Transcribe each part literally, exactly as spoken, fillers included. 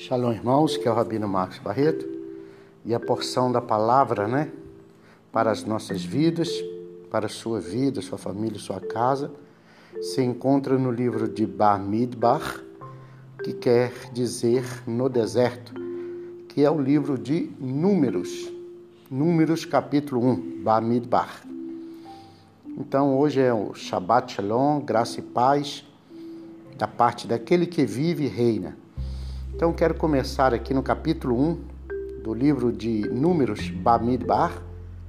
Shalom, irmãos, que é o Rabino Marcos Barreto, e a porção da palavra, né, para as nossas vidas, para a sua vida, sua família, sua casa, se encontra no livro de Bamidbar, que quer dizer no deserto, que é o livro de Números, Números capítulo um, Bamidbar. Então hoje é o Shabbat Shalom, graça e paz, da parte daquele que vive e reina. Então quero começar aqui no capítulo um do livro de Números, Bamidbar,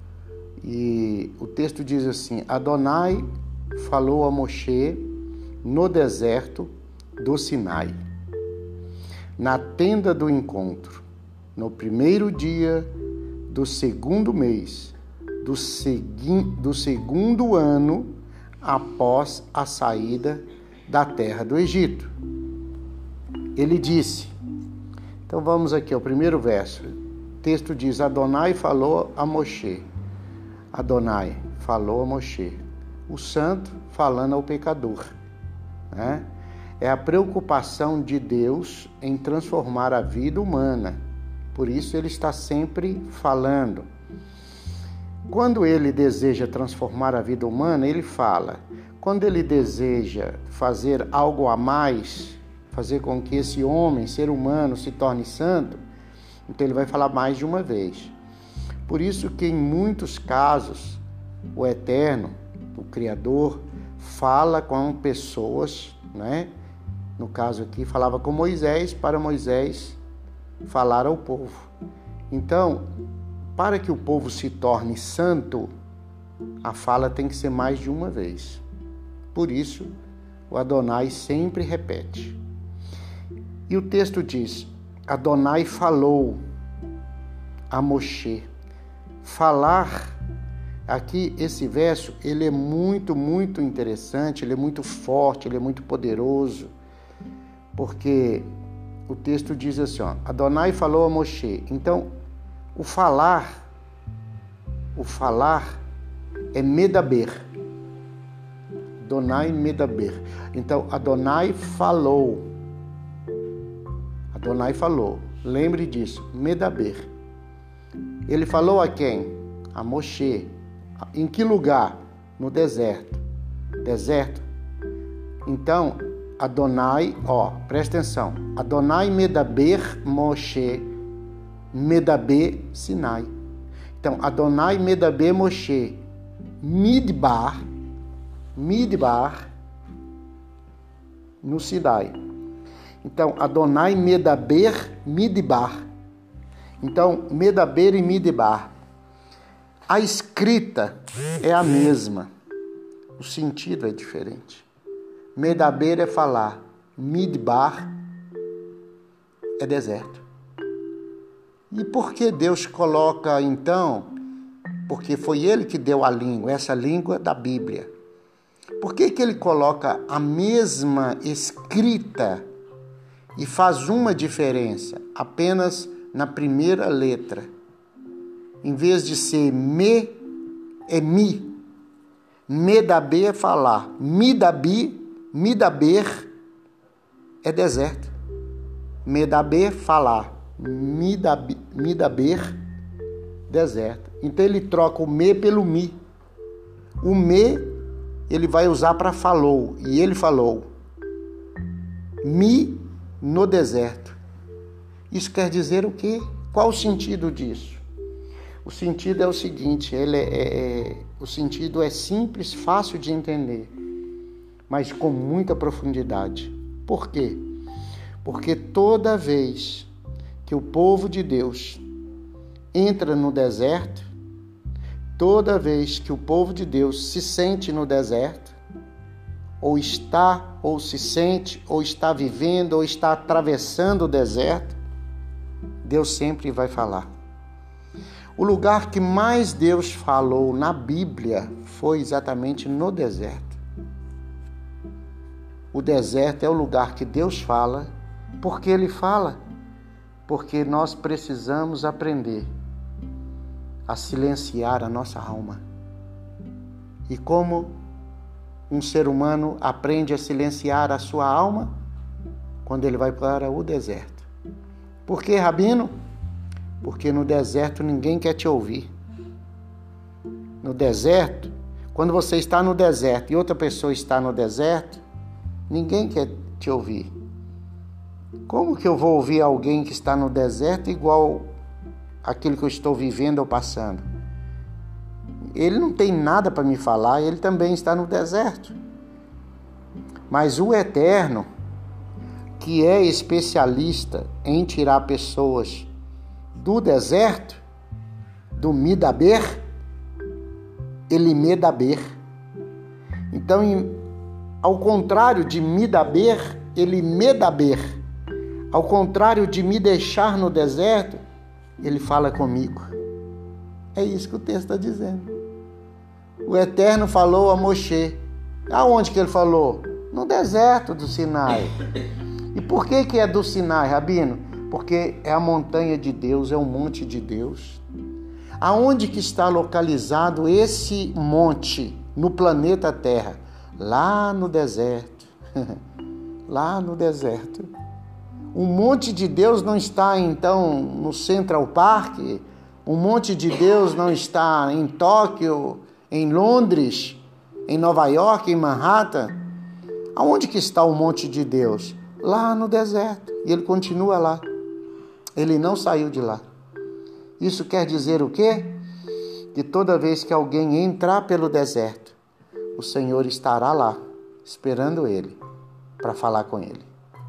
e o texto diz assim: Adonai falou a Moshe no deserto do Sinai, na tenda do encontro, no primeiro dia do segundo mês, do, segui, do segundo ano após a saída da terra do Egito. Ele disse, então vamos aqui ao primeiro verso, o texto diz, Adonai falou a Moshe, Adonai falou a Moshe, o santo falando ao pecador, né? É a preocupação de Deus em transformar a vida humana, por isso ele está sempre falando. Quando ele deseja transformar a vida humana, ele fala. Quando ele deseja fazer algo a mais, fazer com que esse homem, ser humano, se torne santo, então ele vai falar mais de uma vez. Por isso que em muitos casos, o Eterno, o Criador, fala com pessoas, né? No caso aqui, falava com Moisés, para Moisés falar ao povo. Então, para que o povo se torne santo, a fala tem que ser mais de uma vez. Por isso, o Adonai sempre repete. E o texto diz, Adonai falou a Moshe. Falar, aqui esse verso, ele é muito, muito interessante, ele é muito forte, ele é muito poderoso, porque o texto diz assim, ó, Adonai falou a Moshe. Então, o falar, o falar é medaber. Adonai medaber. Então, Adonai falou. Adonai falou. Lembre disso, medaber. Ele falou a quem? A Moshe. Em que lugar? No deserto. Deserto. Então, Adonai, ó, presta atenção. Adonai medaber Moshe, medaber Sinai. Então, Adonai medaber Moshe, Midbar, Midbar, no Sinai. Então, Adonai medaber Midbar. Então, medaber e Midbar. A escrita é a mesma, o sentido é diferente. Medaber é falar, Midbar é deserto. E por que Deus coloca, então, porque foi Ele que deu a língua, essa língua da Bíblia. Por que que Ele coloca a mesma escrita e faz uma diferença, apenas na primeira letra? Em vez de ser me, é mi. Medaber é falar, midabi, midaber é deserto. Medaber, falar. Midaber, midaber, deserto. Então ele troca o me pelo mi. O me ele vai usar para falou, e ele falou. Mi no deserto. Isso quer dizer o quê? Qual o sentido disso? O sentido é o seguinte, ele é, é, é, o sentido é simples, fácil de entender, mas com muita profundidade. Por quê? Porque toda vez que o povo de Deus entra no deserto, toda vez que o povo de Deus se sente no deserto, ou está, ou se sente, ou está vivendo, ou está atravessando o deserto, Deus sempre vai falar. O lugar que mais Deus falou na Bíblia foi exatamente no deserto. O deserto é o lugar que Deus fala. Por que Ele fala? Porque nós precisamos aprender a silenciar a nossa alma. E como um ser humano aprende a silenciar a sua alma? Quando ele vai para o deserto. Por que, Rabino? Porque no deserto ninguém quer te ouvir. No deserto, quando você está no deserto e outra pessoa está no deserto, ninguém quer te ouvir. Como que eu vou ouvir alguém que está no deserto igual aquilo que eu estou vivendo ou passando? Ele não tem nada para me falar, ele também está no deserto. Mas o Eterno, que é especialista em tirar pessoas do deserto, do Midaber, ele medaber. Então, em, ao contrário de Midaber, ele medaber. Ao contrário de me deixar no deserto, ele fala comigo. É isso que o texto está dizendo. O Eterno falou a Moshe. Aonde que ele falou? No deserto do Sinai. E por que que é do Sinai, Rabino? Porque é a montanha de Deus, é o monte de Deus. Aonde que está localizado esse monte no planeta Terra? Lá no deserto. Lá no deserto. O monte de Deus não está, então, no Central Park? O monte de Deus não está em Tóquio, em Londres, em Nova York, em Manhattan? Aonde que está o monte de Deus? Lá no deserto. E ele continua lá. Ele não saiu de lá. Isso quer dizer o quê? Que toda vez que alguém entrar pelo deserto, o Senhor estará lá, esperando ele, para falar com ele.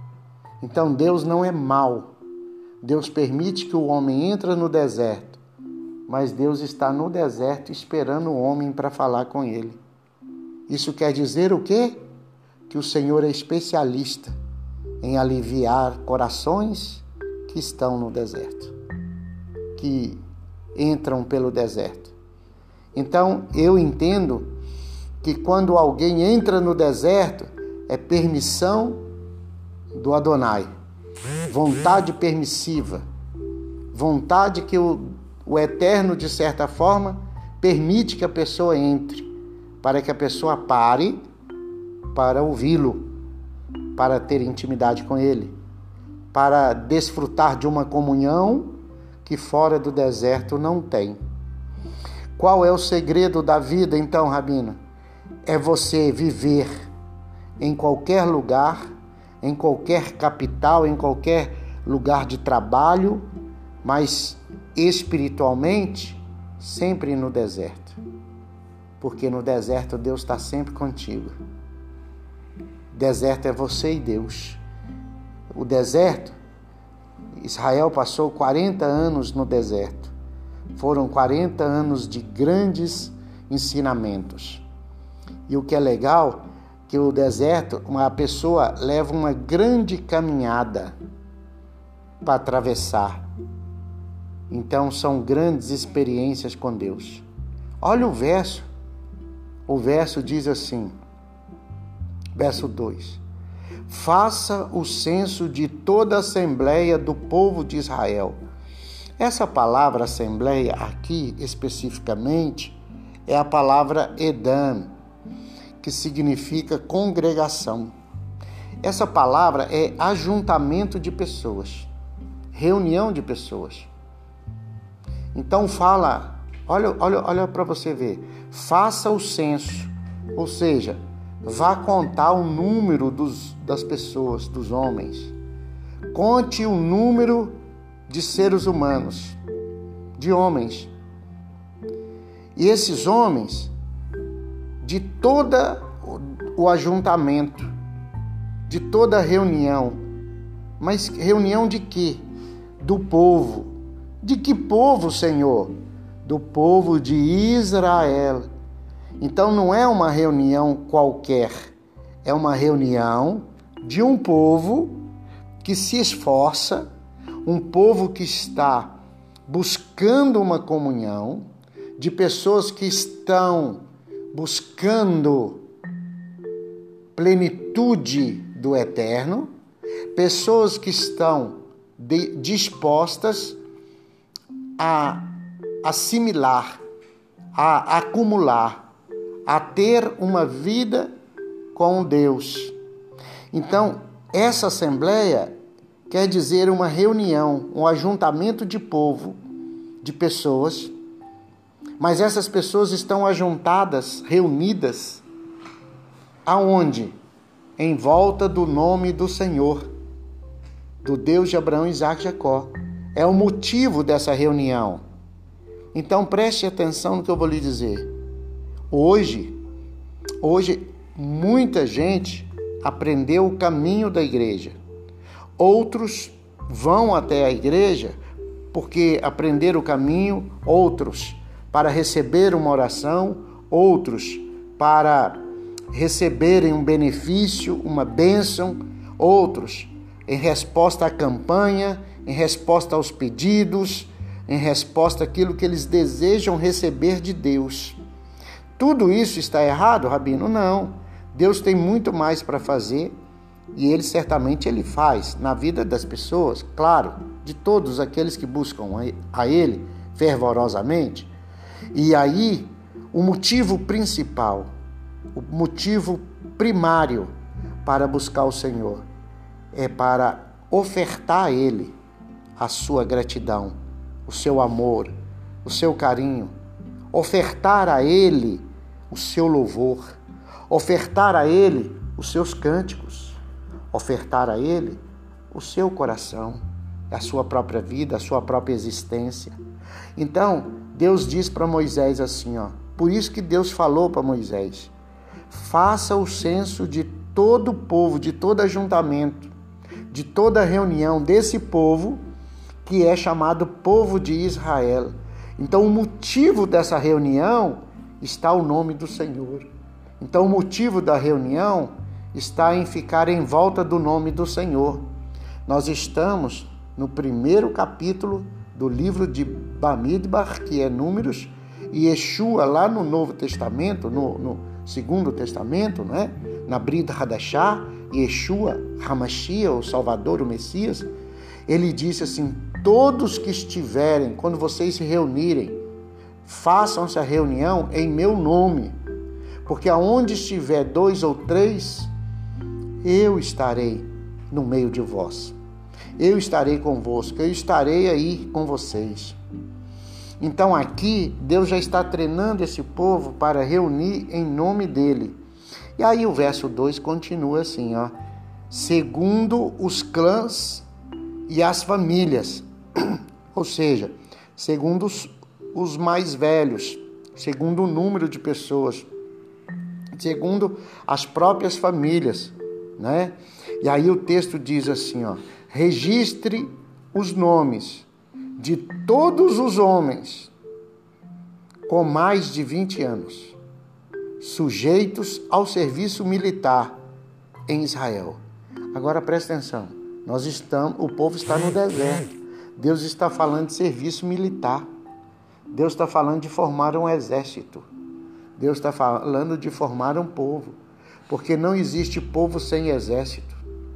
Então Deus não é mau. Deus permite que o homem entre no deserto, mas Deus está no deserto esperando o homem para falar com ele. Isso quer dizer o quê? Que o Senhor é especialista em aliviar corações que estão no deserto, que entram pelo deserto. Então, eu entendo que quando alguém entra no deserto, é permissão do Adonai, vontade permissiva, vontade que o, o Eterno, de certa forma, permite que a pessoa entre, para que a pessoa pare para ouvi-lo, para ter intimidade com ele, para desfrutar de uma comunhão que fora do deserto não tem. Qual é o segredo da vida, então, Rabino? É você viver em qualquer lugar, em qualquer capital, em qualquer lugar de trabalho, mas espiritualmente sempre no deserto. Porque no deserto Deus está sempre contigo. Deserto é você e Deus. O deserto, Israel passou quarenta anos no deserto. Foram quarenta anos de grandes ensinamentos. E o que é legal, que o deserto, uma pessoa leva uma grande caminhada para atravessar. Então são grandes experiências com Deus. Olha o verso. O verso diz assim, verso dois. Faça o censo de toda a assembleia do povo de Israel. Essa palavra assembleia aqui, especificamente, é a palavra Edam, que significa congregação. Essa palavra é ajuntamento de pessoas, reunião de pessoas. Então fala, olha, olha, olha para você ver, faça o censo, ou seja, vá contar o número dos, das pessoas, dos homens. Conte o número de seres humanos, de homens. E esses homens, de todo o ajuntamento, de toda a reunião. Mas reunião de quê? Do povo. De que povo, Senhor? Do povo de Israel. Então não é uma reunião qualquer, é uma reunião de um povo que se esforça, um povo que está buscando uma comunhão, de pessoas que estão buscando plenitude do Eterno, pessoas que estão de, dispostas a assimilar, a acumular, a ter uma vida com Deus. Então, essa assembleia quer dizer uma reunião, um ajuntamento de povo, de pessoas, mas essas pessoas estão ajuntadas, reunidas, aonde? Em volta do nome do Senhor, do Deus de Abraão, Isaque e Jacó. É o motivo dessa reunião. Então preste atenção no que eu vou lhe dizer. Hoje, hoje muita gente aprendeu o caminho da igreja. Outros vão até a igreja porque aprenderam o caminho, outros para receber uma oração, outros para receberem um benefício, uma bênção, outros em resposta à campanha, em resposta aos pedidos, em resposta àquilo que eles desejam receber de Deus. Tudo isso está errado, Rabino? Não. Deus tem muito mais para fazer e Ele certamente Ele faz na vida das pessoas, claro, de todos aqueles que buscam a Ele fervorosamente. E aí, o motivo principal, o motivo primário para buscar o Senhor é para ofertar a Ele a sua gratidão, o seu amor, o seu carinho, ofertar a Ele o seu louvor, ofertar a Ele os seus cânticos, ofertar a Ele o seu coração, a sua própria vida, a sua própria existência. Então, Deus diz para Moisés assim, ó, por isso que Deus falou para Moisés, faça o censo de todo o povo, de todo ajuntamento, de toda reunião desse povo, que é chamado povo de Israel. Então, o motivo dessa reunião está o nome do Senhor. Então, o motivo da reunião está em ficar em volta do nome do Senhor. Nós estamos no primeiro capítulo do livro de Bamidbar, que é Números, e Yeshua, lá no Novo Testamento, no, no Segundo Testamento, né? Na Brit Hadashah, Yeshua, Hamashia, o Salvador, o Messias, ele disse assim, todos que estiverem, quando vocês se reunirem, façam essa reunião em meu nome, porque aonde estiver dois ou três, eu estarei no meio de vós. Eu estarei convosco, eu estarei aí com vocês. Então aqui, Deus já está treinando esse povo para reunir em nome dele. E aí o verso dois continua assim, ó. Segundo os clãs e as famílias, ou seja, segundo os, os mais velhos, segundo o número de pessoas, segundo as próprias famílias, né? E aí o texto diz assim, ó, registre os nomes de todos os homens com mais de vinte anos, sujeitos ao serviço militar em Israel. Agora presta atenção, nós estamos, o povo está no deserto, Deus está falando de serviço militar, Deus está falando de formar um exército, Deus está falando de formar um povo, porque não existe povo sem exército.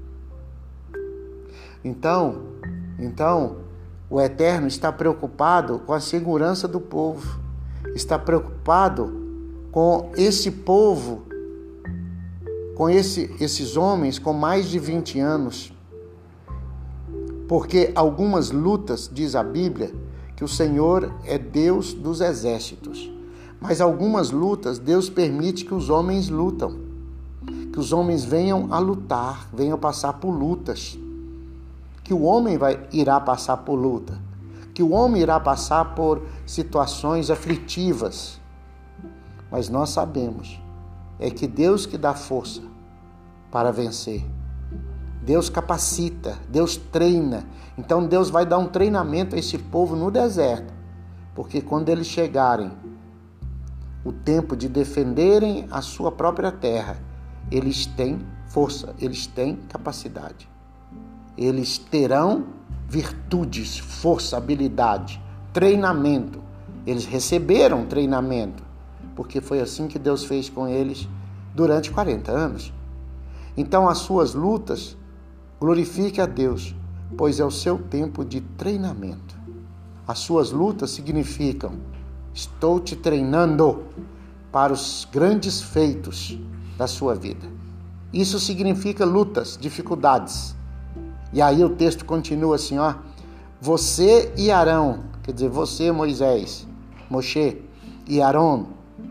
Então, então, o Eterno está preocupado com a segurança do povo, está preocupado com esse povo, com esse, esses homens com mais de vinte anos, porque algumas lutas, diz a Bíblia, que o Senhor é Deus dos exércitos, mas algumas lutas Deus permite que os homens lutam, que os homens venham a lutar, venham passar por lutas, que o homem vai, irá passar por luta, que o homem irá passar por situações aflitivas, mas nós sabemos, é que Deus que dá força para vencer, Deus capacita, Deus treina, então Deus vai dar um treinamento a esse povo no deserto, porque quando eles chegarem o tempo de defenderem a sua própria terra, eles têm força, eles têm capacidade. Eles terão virtudes, força, habilidade, treinamento. Eles receberam treinamento, porque foi assim que Deus fez com eles durante quarenta anos. Então, as suas lutas, glorifique a Deus, pois é o seu tempo de treinamento. As suas lutas significam, estou te treinando para os grandes feitos da sua vida. Isso significa lutas, dificuldades. E aí o texto continua assim, ó. Você e Arão, quer dizer, você, Moisés, Moshe e Arão,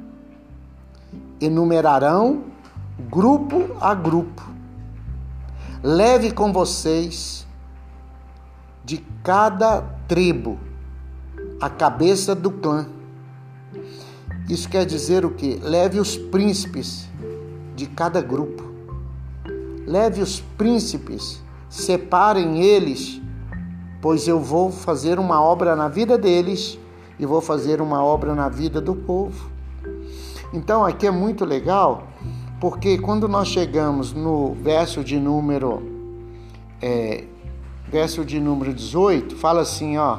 enumerarão grupo a grupo. Leve com vocês de cada tribo a cabeça do clã. Isso quer dizer o quê? Leve os príncipes de cada grupo. Leve os príncipes, separem eles, pois eu vou fazer uma obra na vida deles e vou fazer uma obra na vida do povo. Então aqui é muito legal, porque quando nós chegamos no verso de número é, verso de número dezoito, fala assim, ó: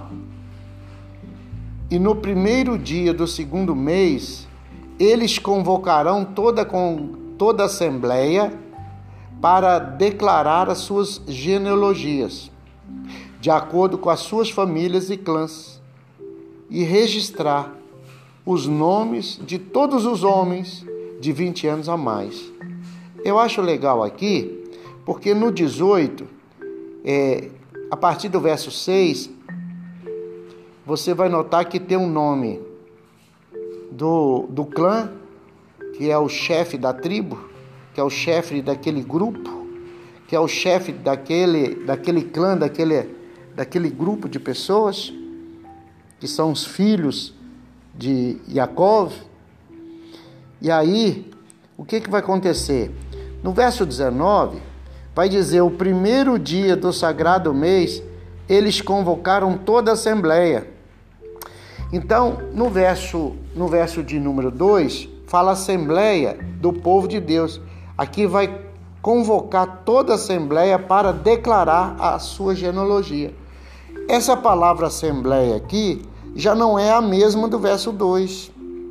e no primeiro dia do segundo mês, eles convocarão toda, com, toda a assembleia para declarar as suas genealogias, de acordo com as suas famílias e clãs, e registrar os nomes de todos os homens de vinte anos a mais. Eu acho legal aqui, porque no dezoito, é, a partir do verso seis, você vai notar que tem um nome do, do clã, que é o chefe da tribo, que é o chefe daquele grupo, que é o chefe daquele, daquele clã, daquele, daquele grupo de pessoas, que são os filhos de Jacó. E aí, o que, que vai acontecer? No verso dezenove, vai dizer: o primeiro dia do sagrado mês, eles convocaram toda a assembleia. Então, no verso, no verso de número dois, fala assembleia do povo de Deus. Aqui vai convocar toda a assembleia para declarar a sua genealogia. Essa palavra assembleia aqui já não é a mesma do verso dois.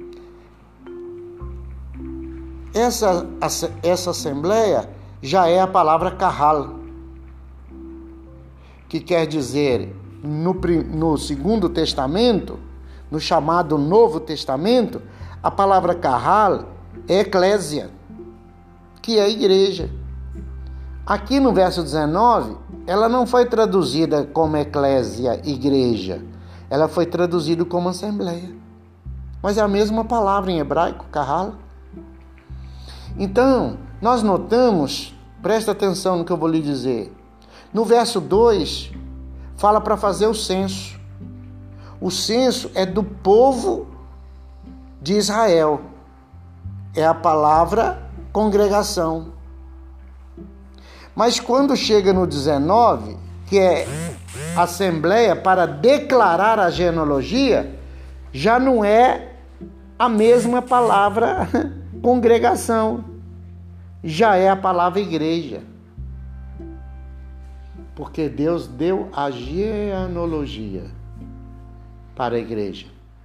Essa, essa assembleia já é a palavra kahal, que quer dizer, no, no Segundo Testamento, no chamado Novo Testamento, a palavra kahal é eclésia, que é a igreja. Aqui no verso dezenove, ela não foi traduzida como eclésia, igreja. Ela foi traduzida como assembleia. Mas é a mesma palavra em hebraico, kahal. Então, nós notamos, presta atenção no que eu vou lhe dizer. No verso dois, fala para fazer o censo. O censo é do povo de Israel. É a palavra congregação. Mas quando chega no dezenove, que é assembleia para declarar a genealogia, já não é a mesma palavra congregação, já é a palavra igreja. Porque Deus deu a genealogia para a igreja.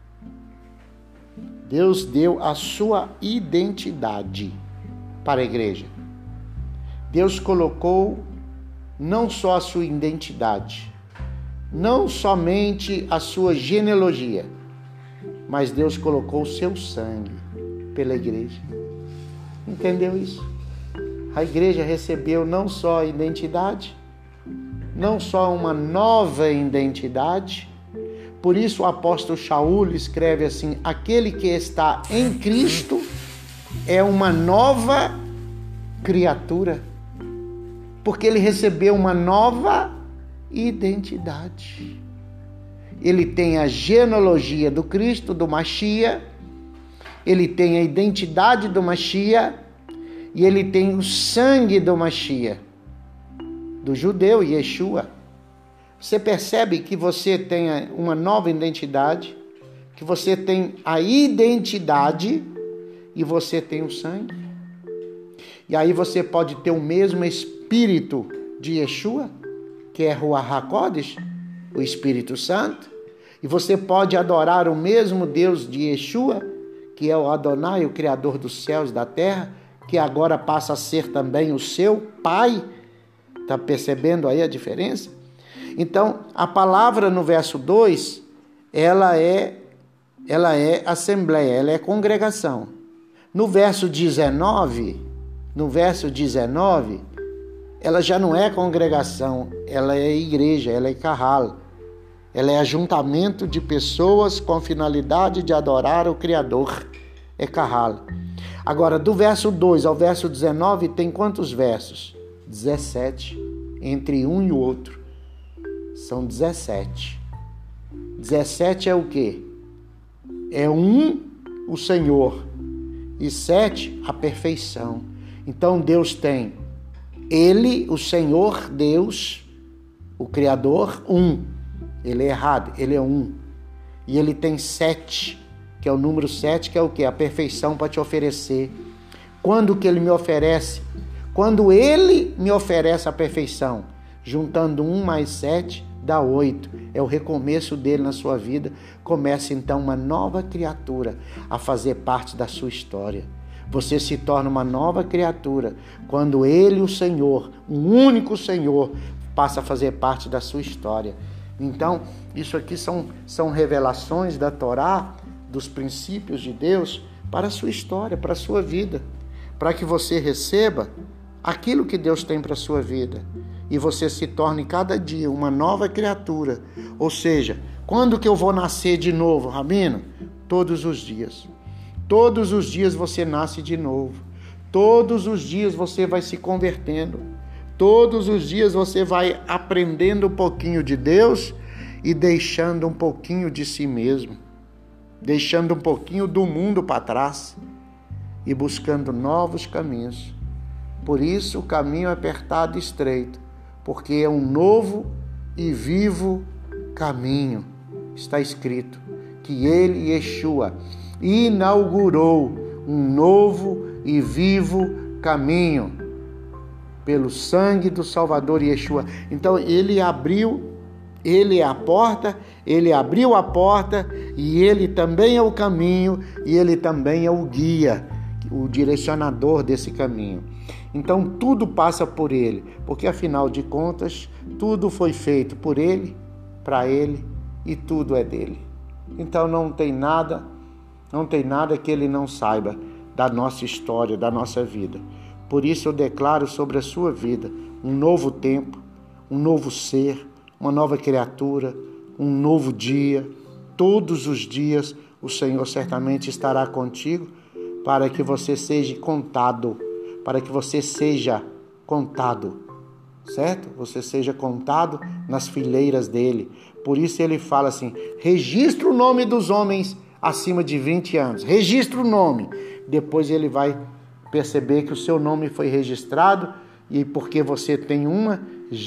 Deus deu a sua identidade para a igreja. Deus colocou não só a sua identidade, não somente a sua genealogia, mas Deus colocou o seu sangue pela igreja. Entendeu isso? A igreja recebeu não só a identidade, não só uma nova identidade. Por isso o apóstolo Shaul escreve assim: aquele que está em Cristo é uma nova criatura, porque ele recebeu uma nova identidade. Ele tem a genealogia do Cristo, do Mashiach, ele tem a identidade do Mashiach e ele tem o sangue do Mashiach, do judeu Yeshua. Você percebe que você tem uma nova identidade, que você tem a identidade e você tem o sangue. E aí você pode ter o mesmo espírito de Yeshua, que é Ruach HaKodesh, o Espírito Santo, e você pode adorar o mesmo Deus de Yeshua, que é o Adonai, o Criador dos céus e da terra, que agora passa a ser também o seu Pai. Está percebendo aí a diferença? Então, a palavra no verso dois, ela é, ela é assembleia, ela é congregação. No verso dezenove, no verso dezenove, ela já não é congregação, ela é igreja, ela é Kahal. Ela é ajuntamento de pessoas com a finalidade de adorar o Criador. É Kahal. Agora, do verso dois ao verso dezenove, tem quantos versos? dezessete. Entre um e o outro. São dezessete. dezessete é o quê? É um, o Senhor. E sete, a perfeição. Então, Deus tem Ele, o Senhor, Deus, o Criador, um. Ele é errado, ele é um. E ele tem sete, que é o número sete, que é o quê? A perfeição para te oferecer. Quando que ele me oferece? Quando ele me oferece a perfeição. Juntando um mais sete, dá oito. É o recomeço dele na sua vida. Começa então uma nova criatura a fazer parte da sua história. Você se torna uma nova criatura quando ele, o Senhor, um único Senhor, passa a fazer parte da sua história. Então, isso aqui são, são revelações da Torá, dos princípios de Deus para a sua história, para a sua vida, para que você receba aquilo que Deus tem para a sua vida e você se torne cada dia uma nova criatura. Ou seja, quando que eu vou nascer de novo, Rabino? Todos os dias. Todos os dias você nasce de novo. Todos os dias você vai se convertendo. Todos os dias você vai aprendendo um pouquinho de Deus e deixando um pouquinho de si mesmo, deixando um pouquinho do mundo para trás e buscando novos caminhos. Por isso o caminho é apertado e estreito, porque é um novo e vivo caminho. Está escrito que ele, Yeshua, inaugurou um novo e vivo caminho pelo sangue do Salvador Yeshua. Então ele abriu, ele é a porta, ele abriu a porta e ele também é o caminho e ele também é o guia, o direcionador desse caminho. Então tudo passa por ele, porque afinal de contas, tudo foi feito por ele, para ele e tudo é dele. Então não tem nada, não tem nada que ele não saiba da nossa história, da nossa vida. Por isso eu declaro sobre a sua vida um novo tempo, um novo ser, uma nova criatura, um novo dia. Todos os dias o Senhor certamente estará contigo para que você seja contado, para que você seja contado, certo? Você seja contado nas fileiras dele. Por isso ele fala assim, registra o nome dos homens acima de vinte anos, registra o nome. Depois ele vai perceber que o seu nome foi registrado e porque você tem uma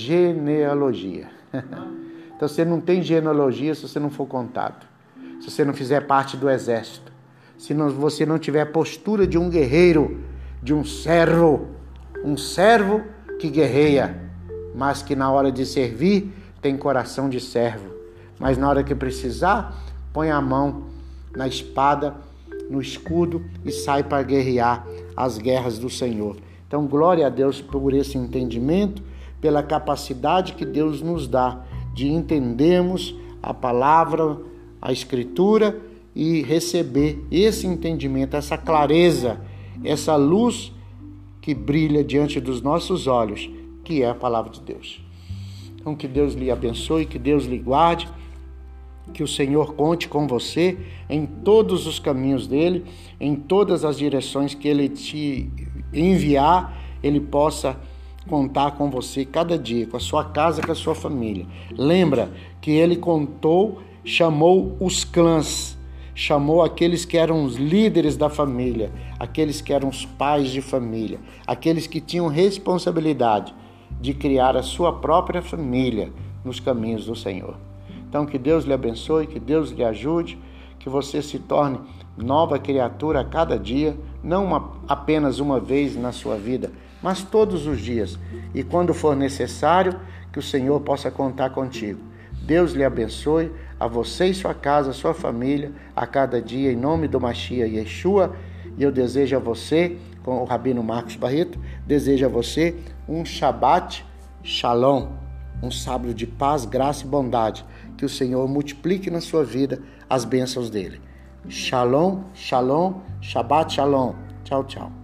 genealogia. Então você não tem genealogia se você não for contado, se você não fizer parte do exército, se não, você não tiver a postura de um guerreiro, de um servo, um servo que guerreia, mas que na hora de servir tem coração de servo, mas na hora que precisar põe a mão na espada, no escudo e sai para guerrear as guerras do Senhor. Então, glória a Deus por esse entendimento, pela capacidade que Deus nos dá de entendermos a palavra, a Escritura e receber esse entendimento, essa clareza, essa luz que brilha diante dos nossos olhos, que é a palavra de Deus. Então, que Deus lhe abençoe, que Deus lhe guarde, que o Senhor conte com você em todos os caminhos dele, em todas as direções que ele te enviar, ele possa contar com você cada dia, com a sua casa, com a sua família. Lembra que ele contou, chamou os clãs, chamou aqueles que eram os líderes da família, aqueles que eram os pais de família, aqueles que tinham responsabilidade de criar a sua própria família nos caminhos do Senhor. Então, que Deus lhe abençoe, que Deus lhe ajude, que você se torne nova criatura a cada dia, não uma, apenas uma vez na sua vida, mas todos os dias. E quando for necessário, que o Senhor possa contar contigo. Deus lhe abençoe, a você e sua casa, sua família, a cada dia, em nome do Mashiach Yeshua. E eu desejo a você, com o Rabino Marcos Barreto, desejo a você um Shabbat Shalom, um sábado de paz, graça e bondade. Que o Senhor multiplique na sua vida as bênçãos dele. Shalom, shalom, Shabbat Shalom. Tchau, tchau.